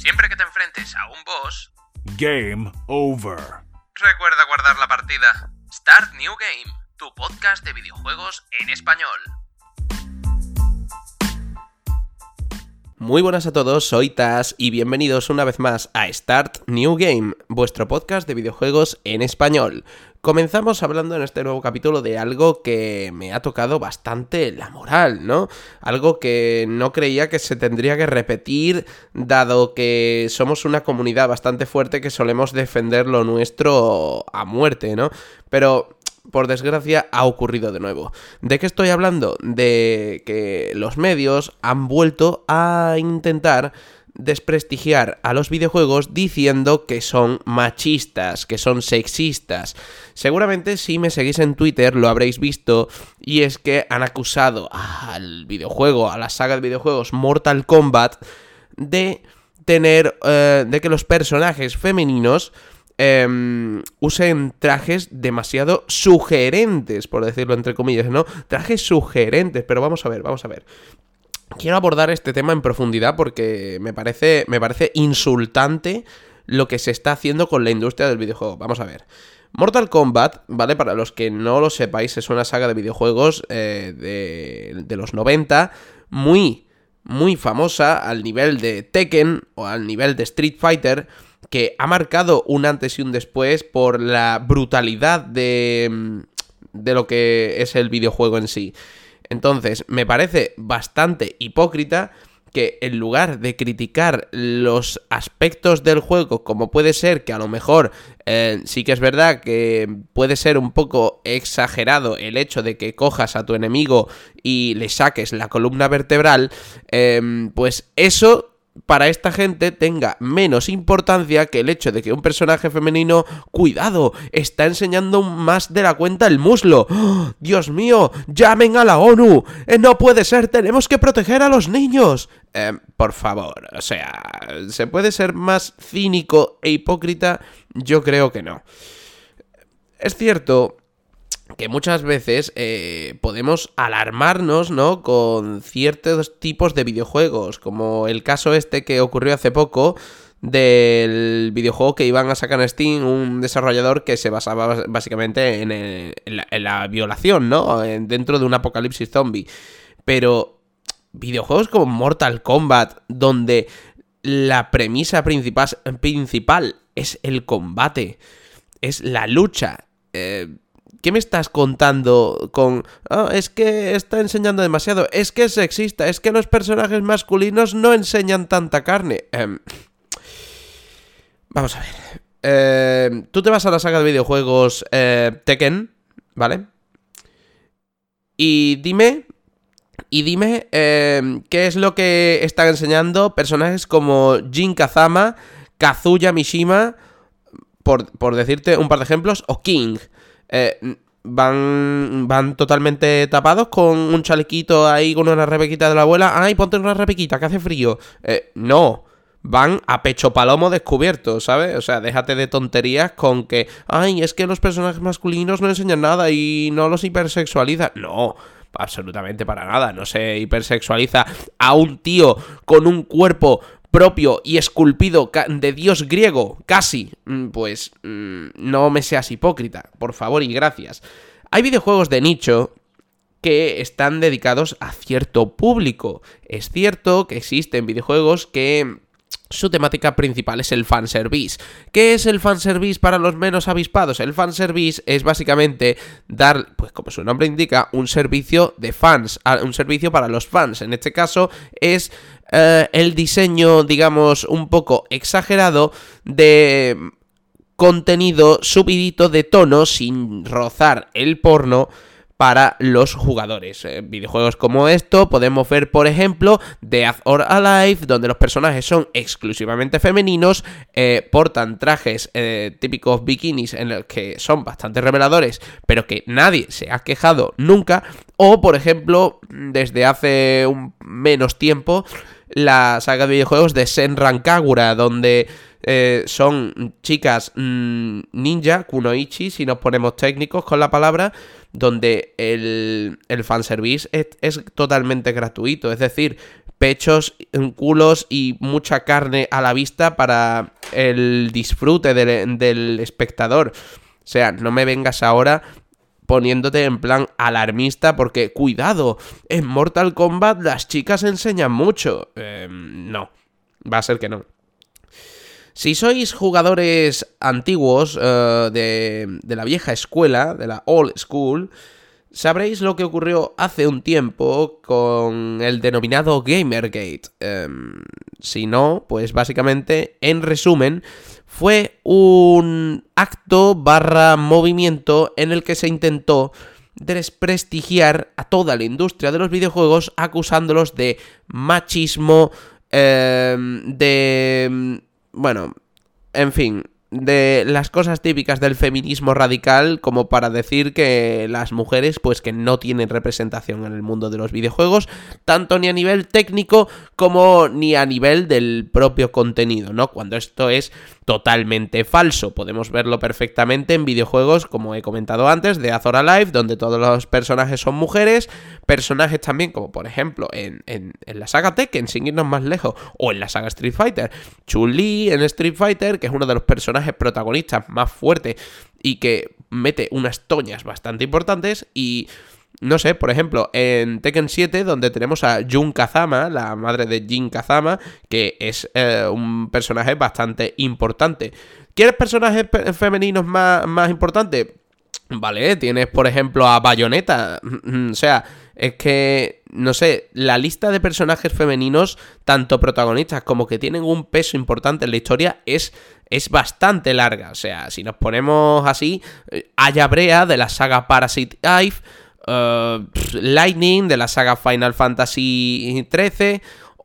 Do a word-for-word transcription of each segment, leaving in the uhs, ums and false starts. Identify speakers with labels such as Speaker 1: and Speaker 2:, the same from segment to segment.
Speaker 1: Siempre que te enfrentes a un boss,
Speaker 2: Game over.
Speaker 1: recuerda guardar la partida. Start New Game, tu podcast de videojuegos en español.
Speaker 3: Muy buenas a todos, soy Taz y bienvenidos una vez más a Start New Game, vuestro podcast de videojuegos en español. Comenzamos hablando en este nuevo capítulo de algo que me ha tocado bastante la moral, ¿no? Algo que no creía que se tendría que repetir, dado que somos una comunidad bastante fuerte que solemos defender lo nuestro a muerte, ¿no? Pero por desgracia ha ocurrido de nuevo. ¿De qué estoy hablando? De que los medios han vuelto a intentar desprestigiar a los videojuegos diciendo que son machistas, que son sexistas. Seguramente si me seguís en Twitter lo habréis visto, y es que han acusado al videojuego, a la saga de videojuegos Mortal Kombat, de tener, eh, de que los personajes femeninos Eh, usen trajes demasiado sugerentes, por decirlo entre comillas, ¿no? Trajes sugerentes, pero vamos a ver, vamos a ver. Quiero abordar este tema en profundidad porque me parece, me parece insultante lo que se está haciendo con la industria del videojuego. Vamos a ver. Mortal Kombat, ¿vale? Para los que no lo sepáis, es una saga de videojuegos eh, de, de los noventa, muy, muy famosa al nivel de Tekken o al nivel de Street Fighter, que ha marcado un antes y un después por la brutalidad de, de lo que es el videojuego en sí. Entonces, me parece bastante hipócrita que en lugar de criticar los aspectos del juego, como puede ser que a lo mejor eh, sí que es verdad que puede ser un poco exagerado el hecho de que cojas a tu enemigo y le saques la columna vertebral, eh, pues eso para esta gente tenga menos importancia que el hecho de que un personaje femenino, cuidado, está enseñando más de la cuenta el muslo. ¡Oh, Dios mío! ¡Llamen a la ONU! ¡Eh, no puede ser! ¡Tenemos que proteger a los niños! Eh, por favor, o sea, ¿se puede ser más cínico e hipócrita? Yo creo que no. Es cierto que muchas veces eh, podemos alarmarnos, ¿no?, con ciertos tipos de videojuegos, como el caso este que ocurrió hace poco del videojuego que iban a sacar en Steam, un desarrollador que se basaba básicamente en, el, en, la, en la violación, ¿no?, en, dentro de un apocalipsis zombie. Pero videojuegos como Mortal Kombat, donde la premisa principal, principal es el combate, es la lucha, eh... ¿qué me estás contando con... Oh, es que está enseñando demasiado, es que es sexista, es que los personajes masculinos no enseñan tanta carne? Eh, vamos a ver. Eh, tú te vas a la saga de videojuegos eh, Tekken, ¿vale? Y dime... Y dime eh, qué es lo que están enseñando personajes como Jin Kazama, Kazuya Mishima, por, por decirte un par de ejemplos, o King. Eh, van van totalmente tapados con un chalequito ahí, con una rebequita de la abuela. ¡Ay, ponte una rebequita, que hace frío! Eh, no, van a pecho palomo descubierto, ¿sabes? O sea, déjate de tonterías con que ¡ay, es que los personajes masculinos no enseñan nada y no los hipersexualiza! No, absolutamente para nada. No se hipersexualiza a un tío con un cuerpo propio y esculpido de dios griego, casi. Pues no me seas hipócrita, por favor y gracias. Hay videojuegos de nicho que están dedicados a cierto público. Es cierto que existen videojuegos que su temática principal es el fanservice. ¿Qué es el fanservice para los menos avispados? El fanservice es básicamente dar, pues como su nombre indica, un servicio de fans, un servicio para los fans. En este caso es eh, el diseño, digamos, un poco exagerado de contenido subidito de tono sin rozar el porno para los jugadores. Eh, videojuegos como esto podemos ver, por ejemplo, Dead or Alive, donde los personajes son exclusivamente femeninos, eh, portan trajes eh, típicos bikinis en los que son bastante reveladores, pero que nadie se ha quejado nunca. O, por ejemplo, desde hace un menos tiempo, la saga de videojuegos de Senran Kagura, donde eh, son chicas mmm, ninja, kunoichi, si nos ponemos técnicos con la palabra, donde el, el fanservice es, es totalmente gratuito. Es decir, pechos, culos y mucha carne a la vista para el disfrute del, del espectador. O sea, no me vengas ahora poniéndote en plan alarmista porque, cuidado, en Mortal Kombat las chicas enseñan mucho. Eh, no, va a ser que no. Si sois jugadores antiguos uh, de, de la vieja escuela, de la old school, sabréis lo que ocurrió hace un tiempo con el denominado Gamergate. Um, si no, pues básicamente, en resumen, fue un acto barra movimiento en el que se intentó desprestigiar a toda la industria de los videojuegos acusándolos de machismo, eh, de... bueno, en fin, de las cosas típicas del feminismo radical, como para decir que las mujeres pues que no tienen representación en el mundo de los videojuegos, tanto ni a nivel técnico como ni a nivel del propio contenido, ¿no? Cuando esto es totalmente falso. Podemos verlo perfectamente en videojuegos, como he comentado antes, de Azor Alive, donde todos los personajes son mujeres, personajes también, como por ejemplo en, en, en la saga Tekken, sin irnos más lejos, o en la saga Street Fighter, Chun-Li en Street Fighter, que es uno de los personajes protagonistas más fuertes y que mete unas toñas bastante importantes. Y no sé, por ejemplo, en Tekken siete, donde tenemos a Jun Kazama, la madre de Jin Kazama, que es eh, un personaje bastante importante. ¿Quieres personajes pe- femeninos más, más importantes? Vale, tienes por ejemplo a Bayonetta. O sea, es que, no sé, la lista de personajes femeninos, tanto protagonistas como que tienen un peso importante en la historia, es, es bastante larga. O sea, si nos ponemos así, Aya Brea de la saga Parasite Eve, Uh, Lightning de la saga Final Fantasy trece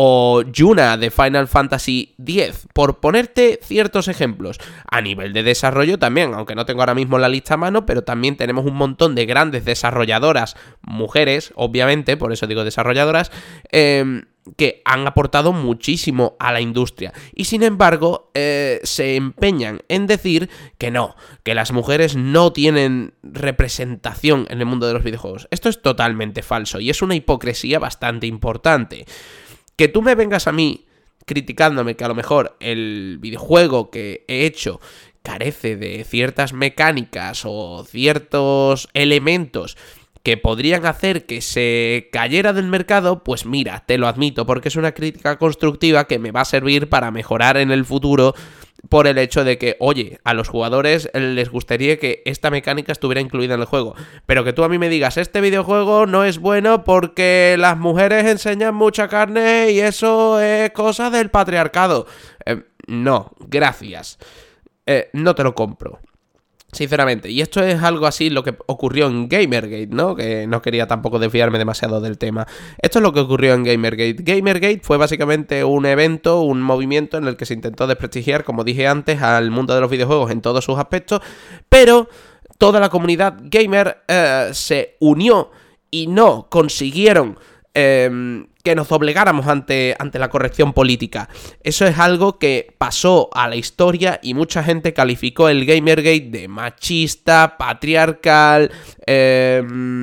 Speaker 3: o Yuna de Final Fantasy diez, por ponerte ciertos ejemplos. A nivel de desarrollo también, aunque no tengo ahora mismo la lista a mano, pero también tenemos un montón de grandes desarrolladoras, mujeres, obviamente, por eso digo desarrolladoras, eh, que han aportado muchísimo a la industria. Y sin embargo, eh, se empeñan en decir que no, que las mujeres no tienen representación en el mundo de los videojuegos. Esto es totalmente falso y es una hipocresía bastante importante. Que tú me vengas a mí criticándome que a lo mejor el videojuego que he hecho carece de ciertas mecánicas o ciertos elementos que podrían hacer que se cayera del mercado, pues mira, te lo admito, porque es una crítica constructiva que me va a servir para mejorar en el futuro, por el hecho de que, oye, a los jugadores les gustaría que esta mecánica estuviera incluida en el juego, pero que tú a mí me digas, este videojuego no es bueno porque las mujeres enseñan mucha carne y eso es cosa del patriarcado. Eh, no, gracias. Eh, no te lo compro. Sinceramente, y esto es algo así lo que ocurrió en Gamergate, ¿no? Que no quería tampoco desviarme demasiado del tema. Esto es lo que ocurrió en Gamergate. Gamergate fue básicamente un evento, un movimiento en el que se intentó desprestigiar, como dije antes, al mundo de los videojuegos en todos sus aspectos, pero toda la comunidad gamer eh, se unió y no consiguieron eh, que nos doblegáramos ante, ante la corrección política. Eso es algo que pasó a la historia y mucha gente calificó el Gamergate de machista, patriarcal, eh,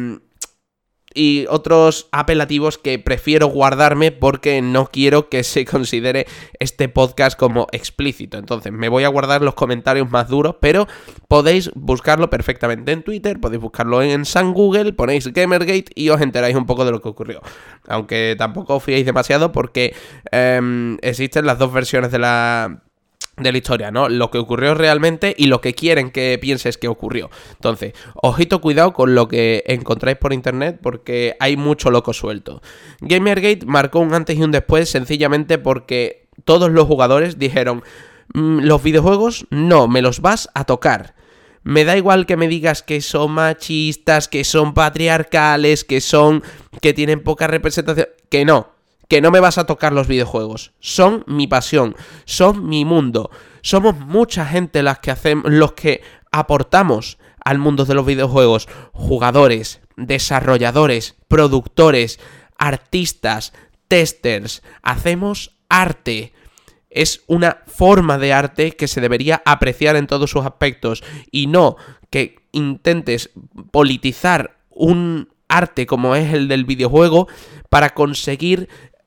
Speaker 3: y otros apelativos que prefiero guardarme porque no quiero que se considere este podcast como explícito. Entonces me voy a guardar los comentarios más duros, pero podéis buscarlo perfectamente en Twitter, podéis buscarlo en San Google, ponéis Gamergate y os enteráis un poco de lo que ocurrió. Aunque tampoco os fiéis demasiado porque eh, existen las dos versiones de la... de la historia, ¿no? Lo que ocurrió realmente y lo que quieren que pienses que ocurrió. Entonces, ojito, cuidado con lo que encontráis por internet porque hay mucho loco suelto. Gamergate marcó un antes y un después sencillamente porque todos los jugadores dijeron: los videojuegos no me los vas a tocar. Me da igual que me digas que son machistas, que son patriarcales, que son... que tienen poca representación... que no. Que no me vas a tocar los videojuegos. Son mi pasión, son mi mundo. Somos mucha gente las que hacemos, los que aportamos al mundo de los videojuegos. Jugadores, desarrolladores, productores, artistas, testers. Hacemos arte. Es una forma de arte que se debería apreciar en todos sus aspectos. Y no que intentes politizar un arte como es el del videojuego para conseguir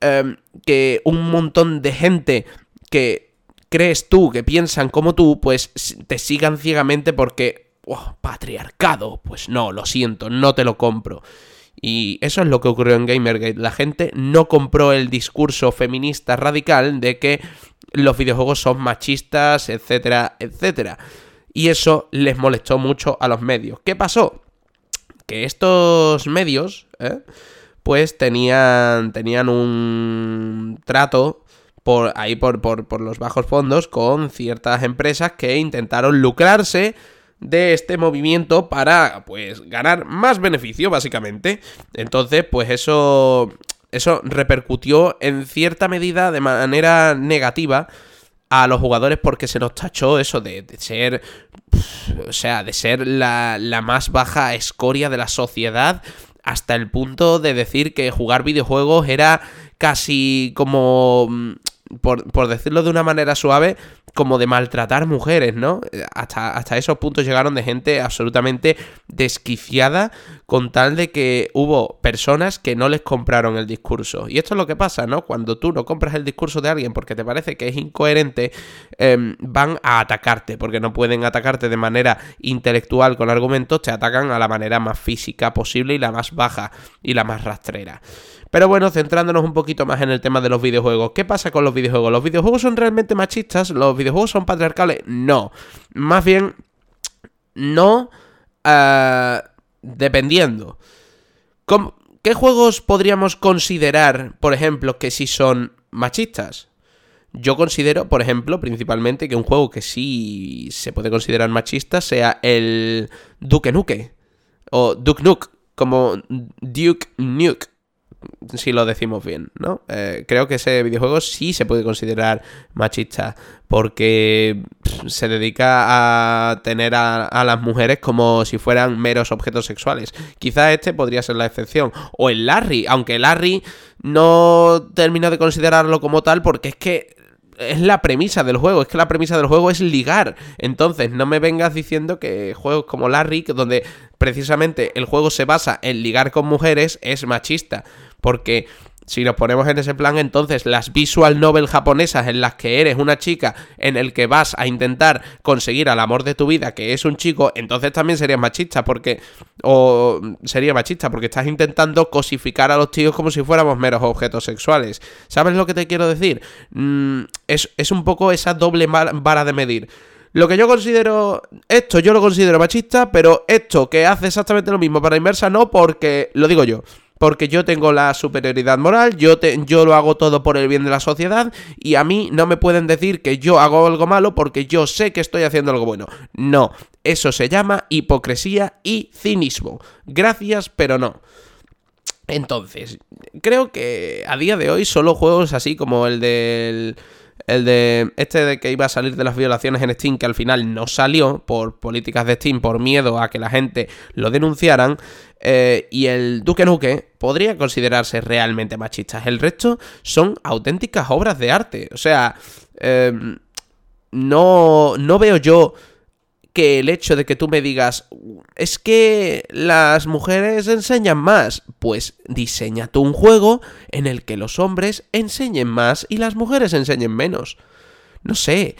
Speaker 3: eh, que un montón de gente que crees tú, que piensan como tú, pues te sigan ciegamente porque, oh, patriarcado, pues no, lo siento, no te lo compro. Y eso es lo que ocurrió en Gamergate. La gente no compró el discurso feminista radical de que los videojuegos son machistas, etcétera, etcétera. Y eso les molestó mucho a los medios. ¿Qué pasó? Que estos medios, ¿eh? pues tenían, tenían un trato por ahí por, por, por los bajos fondos con ciertas empresas que intentaron lucrarse de este movimiento para, pues, ganar más beneficio, básicamente. Entonces, pues eso, eso repercutió en cierta medida de manera negativa a los jugadores porque se nos tachó eso de, de ser, o sea, de ser la, la más baja escoria de la sociedad, hasta el punto de decir que jugar videojuegos era casi como, por, por decirlo de una manera suave, como de maltratar mujeres, ¿no? Hasta, hasta esos puntos llegaron de gente absolutamente desquiciada con tal de que hubo personas que no les compraron el discurso. Y esto es lo que pasa, ¿no? Cuando tú no compras el discurso de alguien porque te parece que es incoherente, eh, van a atacarte, porque no pueden atacarte de manera intelectual con argumentos, te atacan a la manera más física posible y la más baja y la más rastrera. Pero bueno, centrándonos un poquito más en el tema de los videojuegos. ¿Qué pasa con los videojuegos? ¿Los videojuegos son realmente machistas? ¿Los videojuegos son patriarcales? No. Más bien, no uh, dependiendo. ¿Cómo, ¿Qué juegos podríamos considerar, por ejemplo, que sí son machistas? Yo considero, por ejemplo, principalmente que un juego que sí se puede considerar machista sea el Duke Nukem. O Duke Nukem, como Duke Nukem, si lo decimos bien, ¿no? Eh, creo que ese videojuego sí se puede considerar machista porque pff, se dedica a tener a, a las mujeres como si fueran meros objetos sexuales. Quizá este podría ser la excepción. O el Larry, aunque Larry no termino de considerarlo como tal porque es que es la premisa del juego, es que la premisa del juego es ligar. Entonces no me vengas diciendo que juegos como Larry, donde precisamente el juego se basa en ligar con mujeres, es machista. Porque si nos ponemos en ese plan, entonces las visual novel japonesas en las que eres una chica, en el que vas a intentar conseguir al amor de tu vida, que es un chico, entonces también serías machista, porque o sería machista porque estás intentando cosificar a los tíos como si fuéramos meros objetos sexuales. ¿Sabes lo que te quiero decir? Mm, es, es un poco esa doble vara de medir. Lo que yo considero, esto yo lo considero machista, pero esto que hace exactamente lo mismo para inversa no, porque lo digo yo. Porque yo tengo la superioridad moral, yo, te, yo lo hago todo por el bien de la sociedad y a mí no me pueden decir que yo hago algo malo porque yo sé que estoy haciendo algo bueno. No, eso se llama hipocresía y cinismo. Gracias, pero no. Entonces, creo que a día de hoy solo juegos así como el del... El de este de que iba a salir de las violaciones en Steam, que al final no salió por políticas de Steam, por miedo a que la gente lo denunciaran, eh, y el Duke Nukem podría considerarse realmente machistas. El resto son auténticas obras de arte. O sea, eh, no, no veo yo que el hecho de que tú me digas es que las mujeres enseñan más, pues diseña tú un juego en el que los hombres enseñen más y las mujeres enseñen menos. No sé,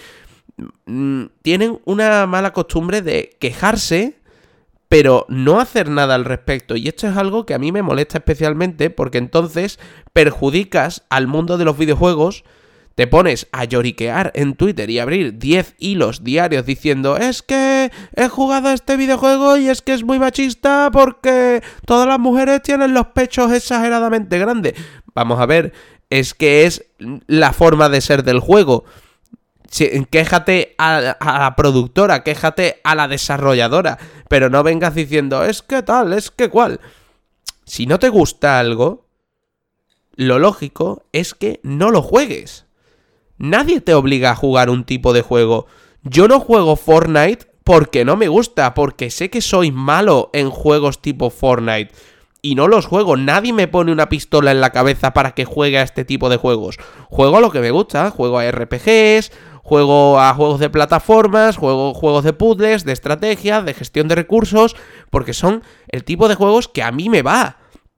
Speaker 3: tienen una mala costumbre de quejarse, pero no hacer nada al respecto. Y esto es algo que a mí me molesta especialmente porque entonces perjudicas al mundo de los videojuegos. Te pones a lloriquear en Twitter y abrir diez hilos diarios diciendo es que he jugado a este videojuego y es que es muy machista porque todas las mujeres tienen los pechos exageradamente grandes. Vamos a ver, es que es la forma de ser del juego. Quéjate a, a la productora, quéjate a la desarrolladora, pero no vengas diciendo es que tal, es que cual. Si no te gusta algo, lo lógico es que no lo juegues. Nadie te obliga a jugar un tipo de juego. Yo no juego Fortnite porque no me gusta, porque sé que soy malo en juegos tipo Fortnite. Y no los juego. Nadie me pone una pistola en la cabeza para que juegue a este tipo de juegos. Juego a lo que me gusta. Juego a R P Gs, juego a juegos de plataformas, juego juegos de puzzles, de estrategia, de gestión de recursos, porque son el tipo de juegos que a mí me va.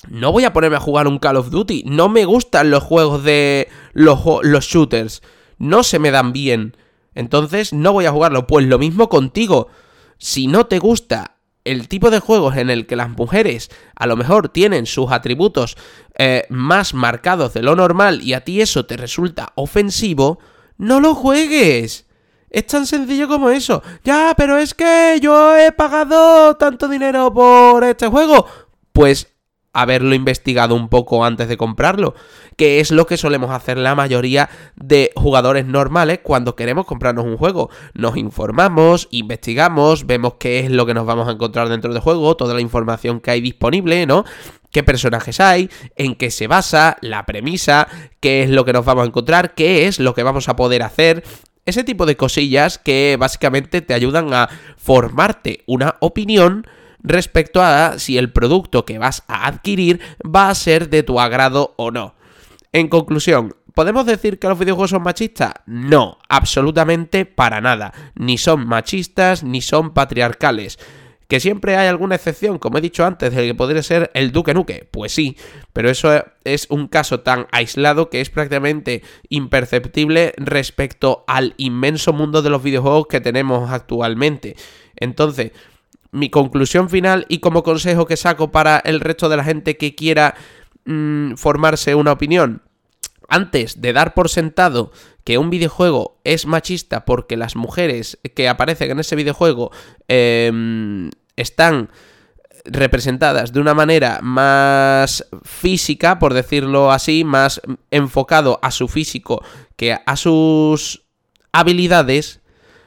Speaker 3: no voy a ponerme a jugar un Call of Duty. No me gustan los juegos de los, los shooters. No se me dan bien. Entonces no voy a jugarlo. Pues lo mismo contigo. Si no te gusta el tipo de juegos en el que las mujeres a lo mejor tienen sus atributos eh, más marcados de lo normal y a ti eso te resulta ofensivo, no lo juegues. Es tan sencillo como eso. Ya, pero es que yo he pagado tanto dinero por este juego. Pues haberlo investigado un poco antes de comprarlo, que es lo que solemos hacer la mayoría de jugadores normales cuando queremos comprarnos un juego. Nos informamos, investigamos, vemos qué es lo que nos vamos a encontrar dentro del juego, toda la información que hay disponible, ¿no? Qué personajes hay, en qué se basa, la premisa, qué es lo que nos vamos a encontrar, qué es lo que vamos a poder hacer. Ese tipo de cosillas que básicamente te ayudan a formarte una opinión respecto a si el producto que vas a adquirir va a ser de tu agrado o no. En conclusión, ¿podemos decir que los videojuegos son machistas? No, absolutamente para nada. Ni son machistas, ni son patriarcales. ¿Que siempre hay alguna excepción, como he dicho antes, de que podría ser el Duke Nuke? Pues sí, pero eso es un caso tan aislado que es prácticamente imperceptible respecto al inmenso mundo de los videojuegos que tenemos actualmente. Entonces, mi conclusión final y como consejo que saco para el resto de la gente que quiera mmm, formarse una opinión: antes de dar por sentado que un videojuego es machista porque las mujeres que aparecen en ese videojuego eh, están representadas de una manera más física, por decirlo así, más enfocado a su físico que a sus habilidades,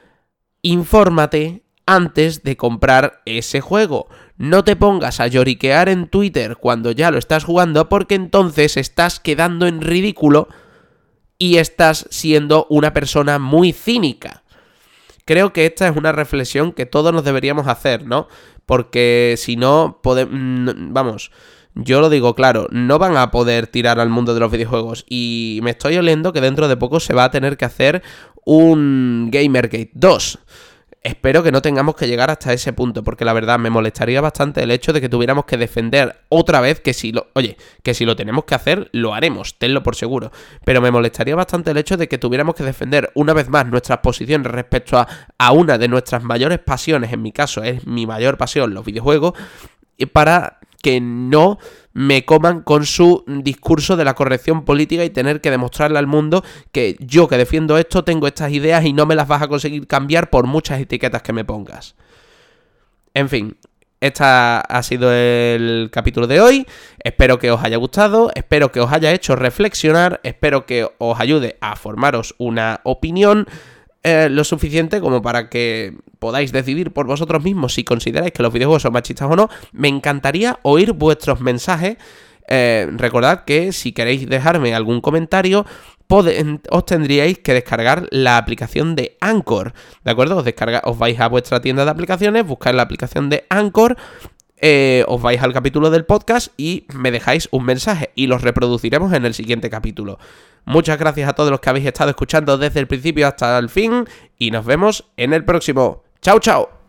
Speaker 3: infórmate antes de comprar ese juego. No te pongas a lloriquear en Twitter cuando ya lo estás jugando, porque entonces estás quedando en ridículo y estás siendo una persona muy cínica. Creo que esta es una reflexión que todos nos deberíamos hacer, ¿no? Porque si no, podemos... Vamos, yo lo digo claro, no van a poder tirar al mundo de los videojuegos y me estoy oliendo que dentro de poco se va a tener que hacer un Gamergate dos. Espero que no tengamos que llegar hasta ese punto, porque la verdad me molestaría bastante el hecho de que tuviéramos que defender otra vez que si lo... Oye, que si lo tenemos que hacer, lo haremos, tenlo por seguro. Pero me molestaría bastante el hecho de que tuviéramos que defender una vez más nuestras posiciones respecto a, a una de nuestras mayores pasiones, en mi caso es mi mayor pasión, los videojuegos, para que no me coman con su discurso de la corrección política y tener que demostrarle al mundo que yo que defiendo esto tengo estas ideas y no me las vas a conseguir cambiar por muchas etiquetas que me pongas. En fin, este ha sido el capítulo de hoy. Espero que os haya gustado, espero que os haya hecho reflexionar, espero que os ayude a formaros una opinión eh, lo suficiente como para que podáis decidir por vosotros mismos si consideráis que los videojuegos son machistas o no. Me encantaría oír vuestros mensajes. Eh, recordad que si queréis dejarme algún comentario, pod- os tendríais que descargar la aplicación de Anchor, ¿de acuerdo? Os, descarga- os vais a vuestra tienda de aplicaciones, buscáis la aplicación de Anchor, eh, os vais al capítulo del podcast y me dejáis un mensaje y los reproduciremos en el siguiente capítulo. Muchas gracias a todos los que habéis estado escuchando desde el principio hasta el fin y nos vemos en el próximo. ¡Chao, chao!